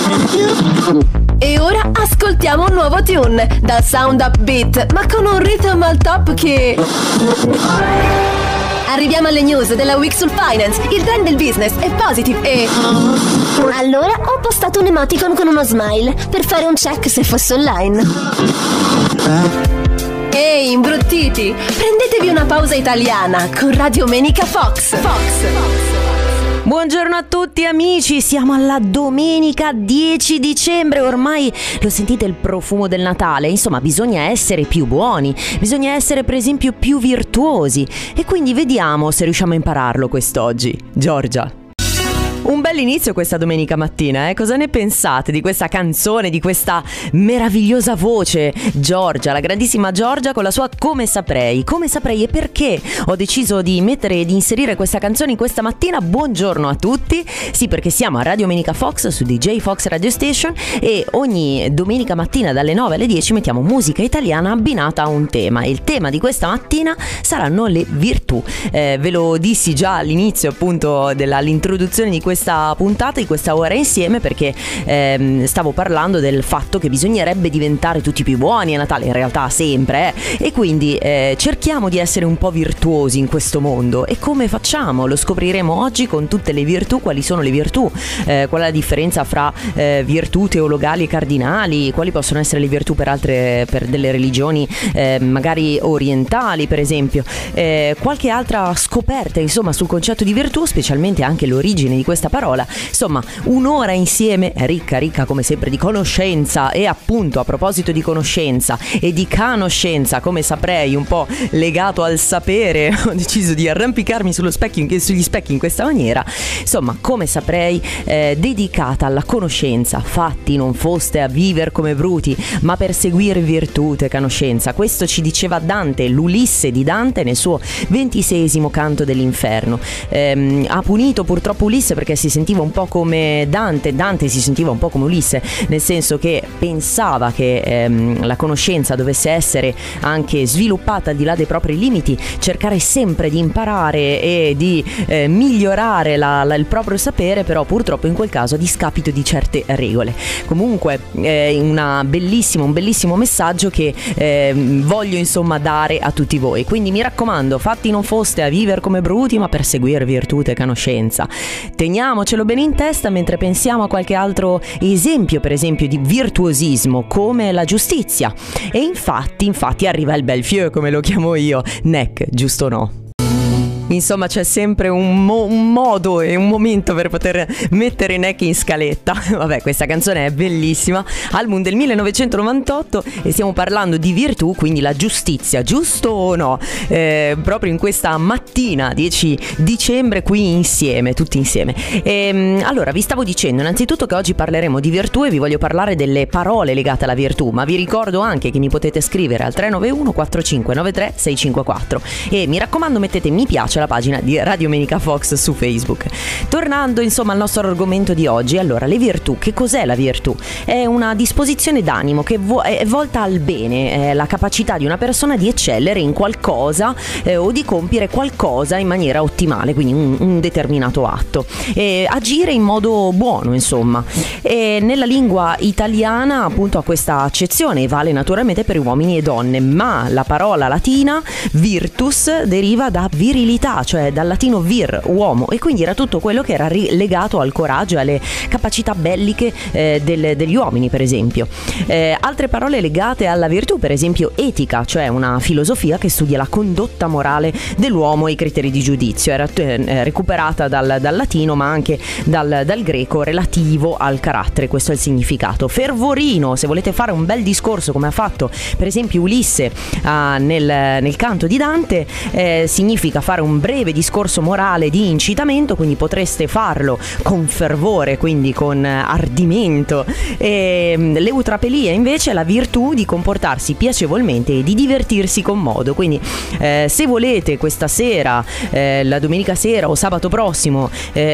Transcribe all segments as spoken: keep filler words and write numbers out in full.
E ora ascoltiamo un nuovo tune dal sound upbeat, ma con un rhythm al top che... Arriviamo alle news della week sul finance. Il trend del business è positive e... Allora ho postato un emoticon con uno smile per fare un check se fosse online. Ehi, imbruttiti, prendetevi una pausa italiana con Radio Menica Fox. Fox. Buongiorno a tutti amici, siamo alla domenica dieci dicembre, ormai lo sentite il profumo del Natale, insomma bisogna essere più buoni, bisogna essere per esempio più virtuosi e quindi vediamo se riusciamo a impararlo quest'oggi. Giorgia. Un bel inizio questa domenica mattina, eh? Cosa ne pensate di questa canzone, di questa meravigliosa voce? Giorgia, la grandissima Giorgia con la sua Come Saprei. Come Saprei e perché ho deciso di mettere e di inserire questa canzone in questa mattina? Buongiorno a tutti. Sì, perché siamo a Radio Menica Fox su D J Fox Radio Station e ogni domenica mattina dalle nove alle dieci mettiamo musica italiana abbinata a un tema. E il tema di questa mattina saranno le virtù. Eh, ve lo dissi già all'inizio appunto dell'introduzione di questa questa puntata, di questa ora insieme, perché ehm, stavo parlando del fatto che bisognerebbe diventare tutti più buoni a Natale, in realtà sempre, eh? E quindi eh, cerchiamo di essere un po' virtuosi in questo mondo. E come facciamo? Lo scopriremo oggi con tutte le virtù. Quali sono le virtù? Eh, qual è la differenza fra eh, virtù teologali e cardinali? Quali possono essere le virtù per altre, per delle religioni eh, magari orientali, per esempio? Eh, qualche altra scoperta, insomma, sul concetto di virtù, specialmente anche l'origine di questa parola. Insomma, un'ora insieme ricca, ricca come sempre di conoscenza. E appunto, a proposito di conoscenza e di canoscenza, come saprei, un po' legato al sapere, ho deciso di arrampicarmi sullo specchio, sugli specchi in questa maniera. Insomma, come saprei, eh, dedicata alla conoscenza. Fatti non foste a viver come bruti, ma per seguire virtute e conoscenza. Questo ci diceva Dante, l'Ulisse di Dante, nel suo ventiseiesimo canto dell'inferno. Eh, ha punito purtroppo Ulisse perché si sentiva un po' come Dante, Dante si sentiva un po' come Ulisse, nel senso che pensava che ehm, la conoscenza dovesse essere anche sviluppata al di là dei propri limiti, cercare sempre di imparare e di eh, migliorare la, la, il proprio sapere, però purtroppo in quel caso a discapito di certe regole. Comunque eh, una bellissima, un bellissimo messaggio che eh, voglio insomma dare a tutti voi, quindi mi raccomando, fatti non foste a vivere come bruti, ma per seguire virtute e conoscenza. Teniamocelo bene in testa mentre pensiamo a qualche altro esempio, per esempio di virtuosismo, come la giustizia. E infatti, infatti arriva il bel fieu, come lo chiamo io, Neck, giusto o no? Insomma, c'è sempre un, mo- un modo e un momento per poter mettere Neck in scaletta. Vabbè, questa canzone è bellissima, album del millenovecentonovantotto, e stiamo parlando di virtù, quindi la giustizia, giusto o no? Eh, proprio in questa mattina dieci dicembre qui insieme, tutti insieme. E, allora, vi stavo dicendo innanzitutto che oggi parleremo di virtù e vi voglio parlare delle parole legate alla virtù, ma vi ricordo anche che mi potete scrivere al tre nove uno quattro cinque nove tre sei cinque quattro e mi raccomando mettete mi piace alla pagina di Radio Menica Fox su Facebook. Tornando insomma al nostro argomento di oggi, allora le virtù, che cos'è la virtù? È una disposizione d'animo che vo- è volta al bene, è la capacità di una persona di eccellere in qualcosa eh, o di compiere qualcosa in maniera ottimale, quindi un, un determinato atto, e agire in modo buono insomma. E nella lingua italiana appunto ha questa accezione e vale naturalmente per uomini e donne, ma la parola latina virtus deriva da virilità, cioè dal latino vir, uomo, e quindi era tutto quello che era legato al coraggio e alle capacità belliche eh, del, degli uomini, per esempio. Eh, altre parole legate alla virtù, per esempio etica, cioè una filosofia che studia la condotta morale dell'uomo e i criteri di giudizio, era eh, recuperata dal, dal latino ma anche dal, dal greco, relativo al carattere, questo è il significato. Fervorino, se volete fare un bel discorso come ha fatto per esempio Ulisse eh, nel, nel canto di Dante, eh, significa fare un breve discorso morale di incitamento, quindi potreste farlo con fervore, quindi con ardimento. E l'eutrapelia invece è la virtù di comportarsi piacevolmente e di divertirsi con modo, quindi eh, se volete questa sera, eh, la domenica sera o sabato prossimo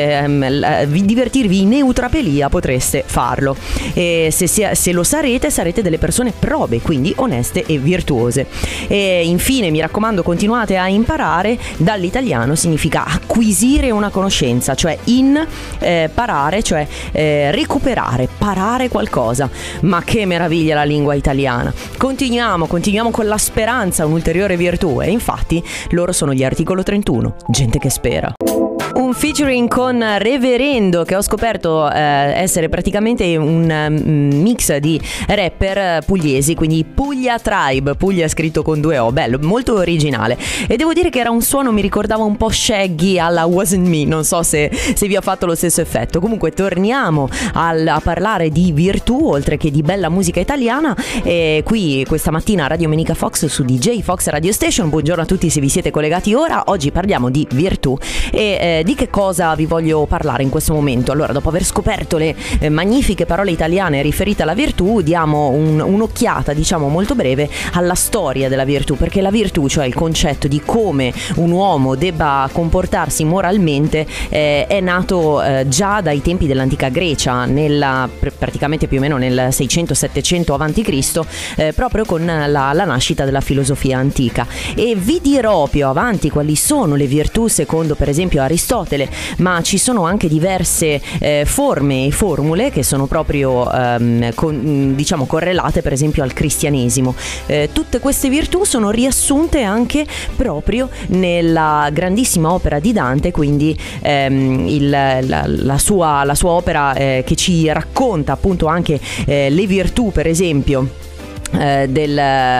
eh, divertirvi in eutrapelia potreste farlo, e se, se lo sarete sarete delle persone probe, quindi oneste e virtuose. E infine mi raccomando continuate a imparare dall'italiano italiano significa acquisire una conoscenza, cioè in eh, parare, cioè eh, recuperare, parare qualcosa. Ma che meraviglia la lingua italiana. Continuiamo, continuiamo con la speranza, un'ulteriore virtù, e infatti loro sono gli Articolo trentuno, gente che spera. Un featuring con Reverendo, che ho scoperto eh, essere praticamente un um, mix di rapper pugliesi, quindi Puglia Tribe, Puglia scritto con due O, bello, molto originale. E devo dire che era un suono, mi ricordava un po' Shaggy alla Wasn't Me, non so se, se vi ha fatto lo stesso effetto. Comunque torniamo al, a parlare di virtù, oltre che di bella musica italiana, e qui questa mattina a Radio Menica Fox su D J Fox Radio Station. Buongiorno a tutti se vi siete collegati ora. Oggi parliamo di virtù e eh, di che cosa vi voglio parlare in questo momento. Allora, dopo aver scoperto le eh, magnifiche parole italiane riferite alla virtù, diamo un, un'occhiata, diciamo molto breve, alla storia della virtù, perché la virtù, cioè il concetto di come un uomo debba comportarsi moralmente, eh, è nato eh, già dai tempi dell'antica Grecia, nella, pr- praticamente più o meno nel seicento settecento avanti Cristo, eh, proprio con la, la nascita della filosofia antica. E vi dirò più avanti quali sono le virtù secondo per esempio Aristotele, ma ci sono anche diverse eh, forme e formule che sono proprio ehm, con, diciamo correlate per esempio al cristianesimo. Eh, tutte queste virtù sono riassunte anche proprio nella grandissima opera di Dante, quindi ehm, il, la, la, sua, la sua opera eh, che ci racconta appunto anche eh, le virtù per esempio Eh, del,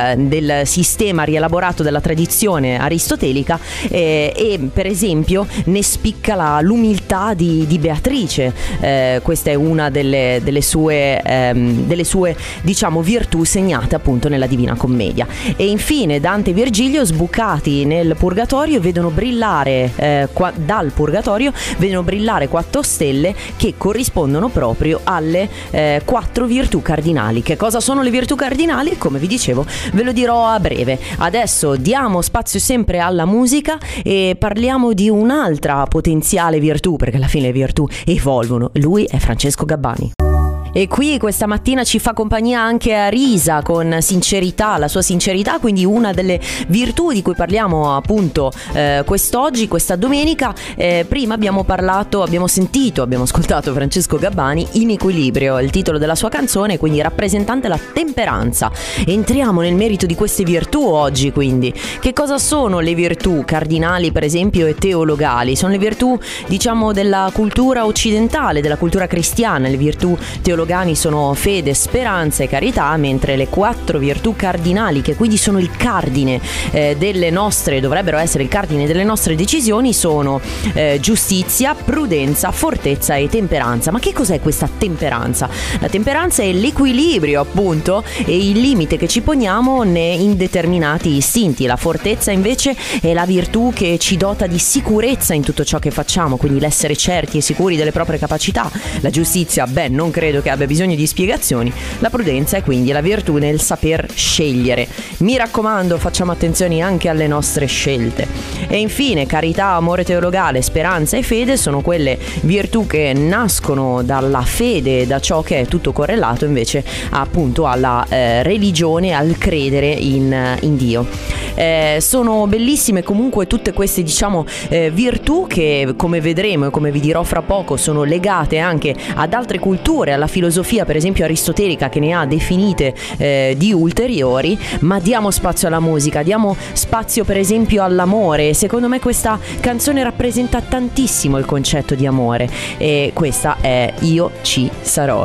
del sistema rielaborato dalla tradizione aristotelica, eh, e per esempio ne spicca la, l'umiltà di, di Beatrice. Eh, questa è una delle, delle sue ehm, delle sue diciamo virtù segnate appunto nella Divina Commedia. E infine Dante e Virgilio, sbucati nel purgatorio, vedono brillare eh, qua, dal purgatorio vedono brillare quattro stelle che corrispondono proprio alle eh, quattro virtù cardinali. Che cosa sono le virtù cardinali? Come vi dicevo, ve lo dirò a breve. Adesso diamo spazio sempre alla musica e parliamo di un'altra potenziale virtù, perché alla fine le virtù evolvono. Lui è Francesco Gabbani. E qui questa mattina ci fa compagnia anche Arisa con sincerità, la sua sincerità, quindi una delle virtù di cui parliamo appunto eh, quest'oggi, questa domenica. Eh, prima abbiamo parlato, abbiamo sentito, abbiamo ascoltato Francesco Gabbani, In Equilibrio, il titolo della sua canzone, quindi rappresentante la temperanza. Entriamo nel merito di queste virtù oggi, quindi. Che cosa sono le virtù cardinali per esempio e teologali? Sono le virtù diciamo della cultura occidentale, della cultura cristiana. Le virtù teologali sono fede, speranza e carità, mentre le quattro virtù cardinali, che quindi sono il cardine eh, delle nostre, dovrebbero essere il cardine delle nostre decisioni, sono eh, giustizia, prudenza, fortezza e temperanza. Ma che cos'è questa temperanza? La temperanza è l'equilibrio appunto e il limite che ci poniamo in determinati istinti. La fortezza invece è la virtù che ci dota di sicurezza in tutto ciò che facciamo, quindi l'essere certi e sicuri delle proprie capacità. La giustizia, beh, non credo che abbia bisogno di spiegazioni. La prudenza è quindi la virtù nel saper scegliere. Mi raccomando, facciamo attenzione anche alle nostre scelte. E infine carità, amore teologale, speranza e fede sono quelle virtù che nascono dalla fede, da ciò che è tutto correlato invece appunto alla eh, religione, al credere in, in Dio. Eh, sono bellissime comunque tutte queste diciamo eh, virtù che, come vedremo e come vi dirò fra poco, sono legate anche ad altre culture, alla filosofia per esempio aristotelica, che ne ha definite eh, di ulteriori. Ma diamo spazio alla musica, diamo spazio per esempio all'amore. Secondo me questa canzone rappresenta tantissimo il concetto di amore, e questa è Io ci sarò.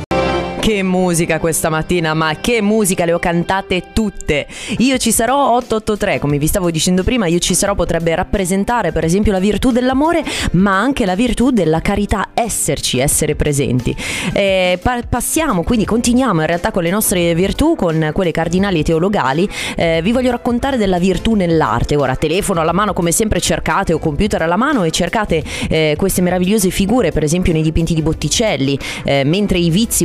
Che musica questa mattina, ma che musica, le ho cantate tutte. Io ci sarò otto otto tre, come vi stavo dicendo prima. Io ci sarò potrebbe rappresentare per esempio la virtù dell'amore, ma anche la virtù della carità, esserci, essere presenti. Eh, pa- passiamo, quindi continuiamo in realtà con le nostre virtù, con quelle cardinali e teologali. Eh, vi voglio raccontare della virtù nell'arte. Ora, telefono alla mano come sempre cercate, o computer alla mano, e cercate eh, queste meravigliose figure per esempio nei dipinti di Botticelli, eh, mentre i vizi potrebbero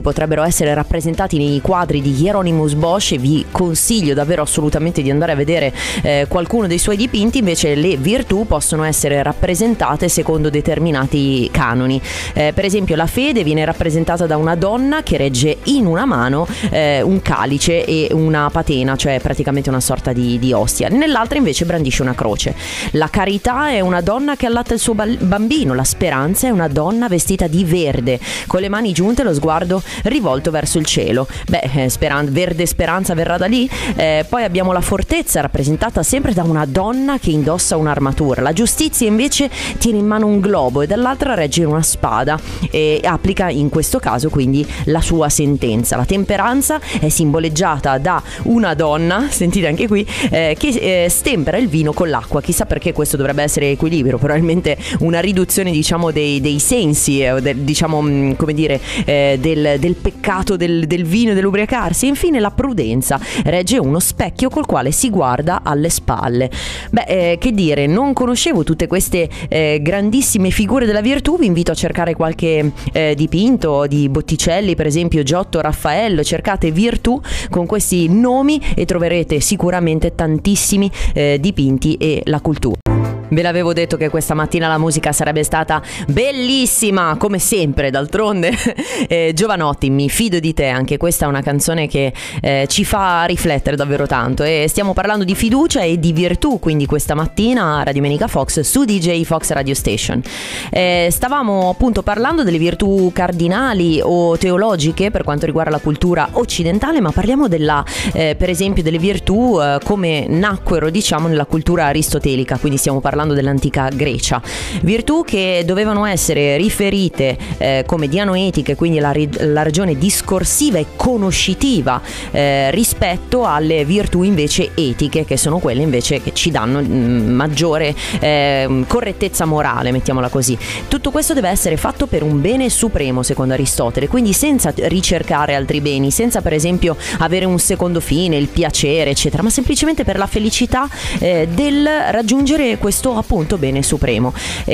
essere rappresentati nei quadri di Hieronymus Bosch, e vi consiglio davvero assolutamente di andare a vedere eh, qualcuno dei suoi dipinti. Invece le virtù possono essere rappresentate secondo determinati canoni. Eh, per esempio la fede viene rappresentata da una donna che regge in una mano eh, un calice e una patena, cioè praticamente una sorta di, di ostia, nell'altra invece brandisce una croce. La carità è una donna che allatta il suo bambino. La speranza è una donna vestita di verde, con le mani giunte e lo sguardo rivolto verso il cielo. Beh, speran- verde speranza verrà da lì. Eh, poi abbiamo la fortezza, rappresentata sempre da una donna che indossa un'armatura. La giustizia invece tiene in mano un globo e dall'altra regge una spada e applica in questo caso quindi la sua sentenza. La temperanza è simboleggiata da una donna, sentite anche qui, eh, che eh, stempera il vino con l'acqua. Chissà perché questo dovrebbe essere equilibrio, probabilmente una riduzione diciamo dei, dei sensi, eh, del, diciamo mh, come dire eh, del, del peccato del, del vino e dell'ubriacarsi. E infine la prudenza regge uno specchio col quale si guarda alle spalle. Beh, eh, che dire, non conoscevo tutte queste eh, grandissime figure della virtù. Vi invito a cercare qualche eh, dipinto di Botticelli, per esempio Giotto, Raffaello. Cercate virtù con questi nomi e troverete sicuramente tantissimi eh, dipinti e la cultura. Ve l'avevo detto che questa mattina la musica sarebbe stata bellissima, come sempre, d'altronde. eh, Giovanotti, mi fido di te, anche questa è una canzone che eh, ci fa riflettere davvero tanto, e stiamo parlando di fiducia e di virtù, quindi questa mattina a Radio Domenica Fox su D J Fox Radio Station. Eh, stavamo appunto parlando delle virtù cardinali o teologiche per quanto riguarda la cultura occidentale, ma parliamo della, eh, per esempio, delle virtù eh, come nacquero, diciamo, nella cultura aristotelica, quindi stiamo parlando dell'antica Grecia. Virtù che dovevano essere riferite eh, come dianoetiche, quindi la, la ragione discorsiva e conoscitiva eh, rispetto alle virtù invece etiche, che sono quelle invece che ci danno mh, maggiore eh, correttezza morale, mettiamola così. Tutto questo deve essere fatto per un bene supremo secondo Aristotele, quindi senza ricercare altri beni, senza per esempio avere un secondo fine, il piacere eccetera, ma semplicemente per la felicità eh, del raggiungere questo appunto bene supremo.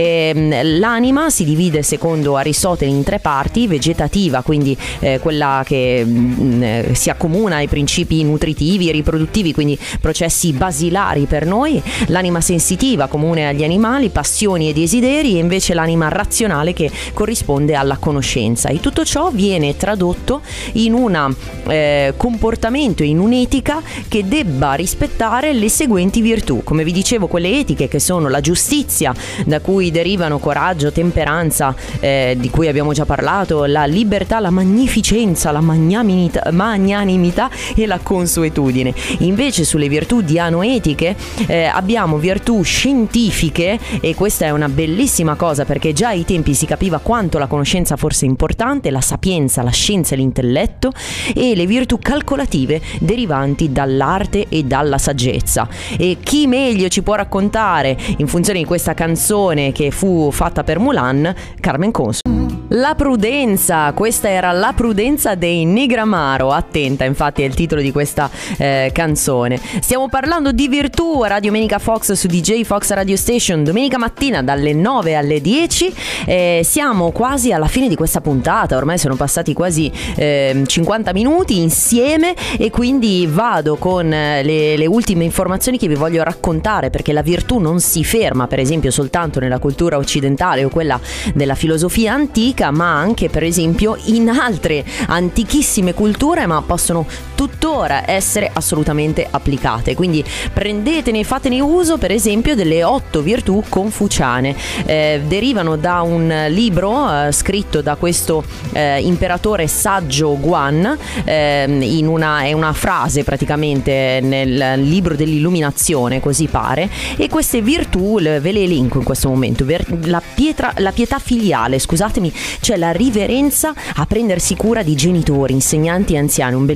E, l'anima si divide secondo Aristotele in tre parti: vegetativa, quindi eh, quella che mh, si accomuna ai principi nutritivi e riproduttivi, quindi processi basilari per noi; l'anima sensitiva, comune agli animali, passioni e desideri; e invece l'anima razionale, che corrisponde alla conoscenza. E tutto ciò viene tradotto in un eh, comportamento, in un'etica che debba rispettare le seguenti virtù. Come vi dicevo, quelle etiche che sono la giustizia, da cui derivano coraggio, temperanza, eh, di cui abbiamo già parlato, la libertà, la magnificenza, la magnanimità, magnanimità e la consuetudine. Invece sulle virtù dianoetiche eh, abbiamo virtù scientifiche, e questa è una bellissima cosa perché già ai tempi si capiva quanto la conoscenza fosse importante, la sapienza, la scienza e l'intelletto, e le virtù calcolative derivanti dall'arte e dalla saggezza. E chi meglio ci può raccontare, in funzione di questa canzone che fu fatta per Mulan, Carmen Consoli. La prudenza, questa era La prudenza dei Negramaro. Attenta, infatti è il titolo di questa eh, canzone. Stiamo parlando di virtù a Radio Domenica Fox su D J Fox Radio Station, domenica mattina dalle nove alle dieci. Eh, siamo quasi alla fine di questa puntata, ormai sono passati quasi eh, cinquanta minuti insieme, e quindi vado con le, le ultime informazioni che vi voglio raccontare, perché la virtù non si ferma per esempio soltanto nella cultura occidentale o quella della filosofia antica, ma anche per esempio in altre antichissime culture, ma possono tuttora essere assolutamente applicate. Quindi prendetene e fatene uso, per esempio, delle otto virtù confuciane. Eh, derivano da un libro eh, scritto da questo eh, imperatore saggio Guan, eh, in una, è una frase praticamente nel libro dell'illuminazione, così pare, e queste virtù ve le elenco in questo momento. La, pietra, la pietà filiale, scusatemi, cioè la riverenza a prendersi cura di genitori, insegnanti e anziani. Un bellissimo messaggio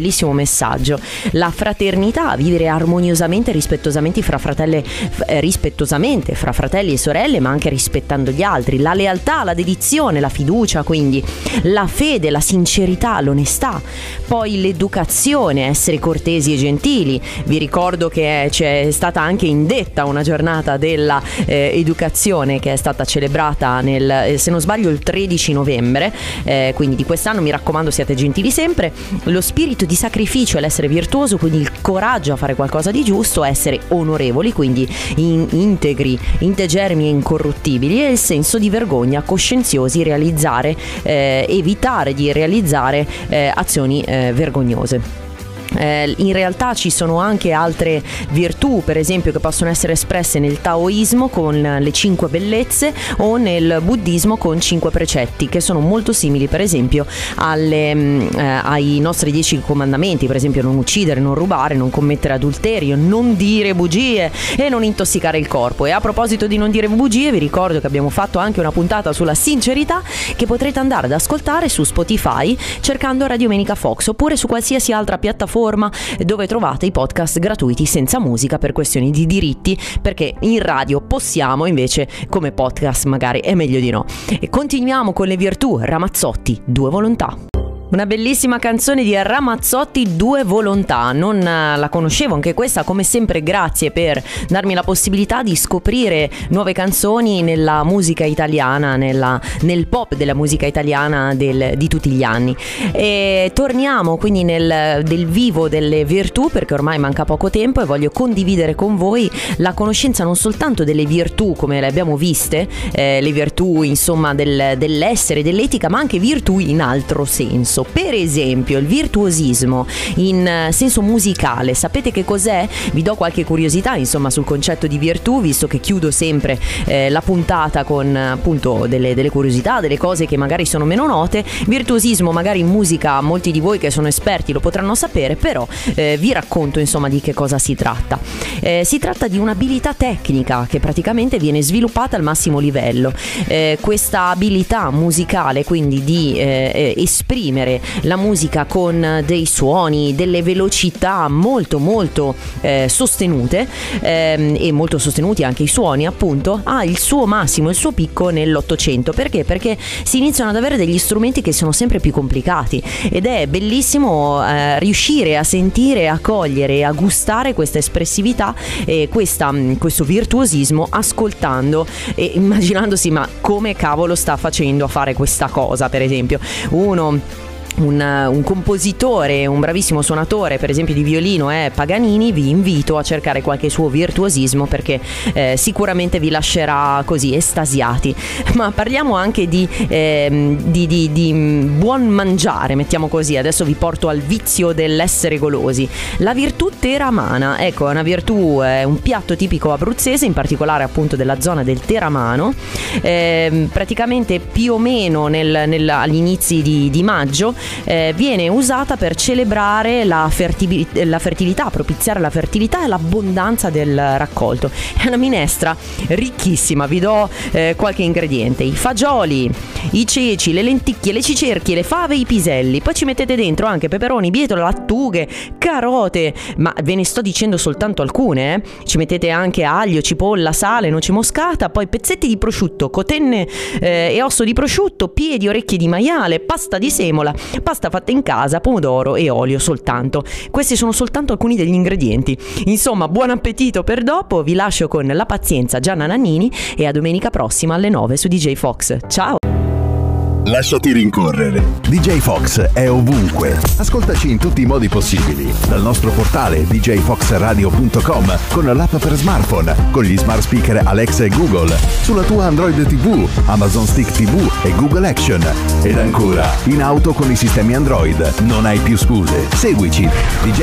messaggio. La fraternità, vivere armoniosamente e rispettosamente fra fratelli, eh, rispettosamente fra fratelli e sorelle, ma anche rispettando gli altri. La lealtà, la dedizione, la fiducia, quindi la fede, la sincerità, l'onestà. Poi l'educazione, essere cortesi e gentili. Vi ricordo che c'è stata anche indetta una giornata della eh, educazione che è stata celebrata nel, eh, se non sbaglio, il tredici novembre, eh, quindi di quest'anno. Mi raccomando, siate gentili sempre. Lo spirito di sacrificio è l'essere virtuoso, quindi il coraggio a fare qualcosa di giusto, essere onorevoli, quindi in, integri, integermi e incorruttibili, e il senso di vergogna, coscienziosi, realizzare, eh, evitare di realizzare eh, azioni eh, vergognose. Eh, in realtà ci sono anche altre virtù, per esempio, che possono essere espresse nel taoismo con le cinque bellezze o nel buddismo con cinque precetti, che sono molto simili, per esempio, alle, eh, ai nostri dieci comandamenti, per esempio non uccidere, non rubare, non commettere adulterio, non dire bugie e non intossicare il corpo. E a proposito di non dire bugie, vi ricordo che abbiamo fatto anche una puntata sulla sincerità che potrete andare ad ascoltare su Spotify cercando Radiomenica Fox, oppure su qualsiasi altra piattaforma dove trovate i podcast gratuiti senza musica per questioni di diritti, perché in radio possiamo, invece come podcast magari è meglio di no. E continuiamo con le virtù. Ramazzotti, Due volontà. Una bellissima canzone di Ramazzotti, Due volontà. Non la conoscevo anche questa, come sempre grazie per darmi la possibilità di scoprire nuove canzoni nella musica italiana, nella, nel pop della musica italiana del, di tutti gli anni. E torniamo quindi nel del vivo delle virtù, perché ormai manca poco tempo e voglio condividere con voi la conoscenza non soltanto delle virtù come le abbiamo viste, eh, le virtù insomma del, dell'essere, dell'etica, ma anche virtù in altro senso. Per esempio il virtuosismo in senso musicale. Sapete che cos'è? Vi do qualche curiosità insomma sul concetto di virtù, visto che chiudo sempre eh, la puntata con appunto delle, delle curiosità, delle cose che magari sono meno note. Virtuosismo magari in musica molti di voi che sono esperti lo potranno sapere, però eh, vi racconto insomma di che cosa si tratta. Eh, si tratta di un'abilità tecnica che praticamente viene sviluppata al massimo livello. Eh, questa abilità musicale, quindi di eh, esprimere la musica con dei suoni, delle velocità molto molto eh, sostenute ehm, e molto sostenuti anche i suoni, appunto, ha il suo massimo, il suo picco nell'Ottocento. Perché? Perché si iniziano ad avere degli strumenti che sono sempre più complicati ed è bellissimo eh, riuscire a sentire, a cogliere, a gustare questa espressività e questa, questo virtuosismo ascoltando e immaginandosi ma come cavolo sta facendo a fare questa cosa. Per esempio uno Un, un compositore, un bravissimo suonatore per esempio di violino è Paganini. Vi invito a cercare qualche suo virtuosismo, perché eh, sicuramente vi lascerà così estasiati. Ma parliamo anche di, eh, di, di, di buon mangiare, mettiamo così. Adesso vi porto al vizio dell'essere golosi. La virtù teramana, ecco, è una virtù, è un piatto tipico abruzzese, in particolare appunto della zona del Teramano. Eh, praticamente più o meno nel, nel, agli inizi di, di maggio Eh, viene usata per celebrare la, fertili- la fertilità, propiziare la fertilità e l'abbondanza del raccolto. È una minestra ricchissima. Vi do eh, qualche ingrediente: i fagioli, i ceci, le lenticchie, le cicerchie, le fave, i piselli. Poi ci mettete dentro anche peperoni, bietole, lattughe, carote, ma ve ne sto dicendo soltanto alcune, eh. Ci mettete anche aglio, cipolla, sale, noce moscata, poi pezzetti di prosciutto, cotenne eh, e osso di prosciutto, piedi, orecchie di maiale, pasta di semola, pasta fatta in casa, pomodoro e olio soltanto. Questi sono soltanto alcuni degli ingredienti. Insomma, buon appetito per dopo. Vi lascio con La pazienza, Gianna Nannini, e a domenica prossima alle nove su D J Fox. Ciao! Lasciati rincorrere. D J Fox è ovunque. Ascoltaci in tutti i modi possibili. Dal nostro portale d j fox radio punto com, con l'app per smartphone, con gli smart speaker Alexa e Google, sulla tua Android T V, Amazon Stick T V e Google Action. Ed ancora, in auto con i sistemi Android. Non hai più scuse. Seguici. D J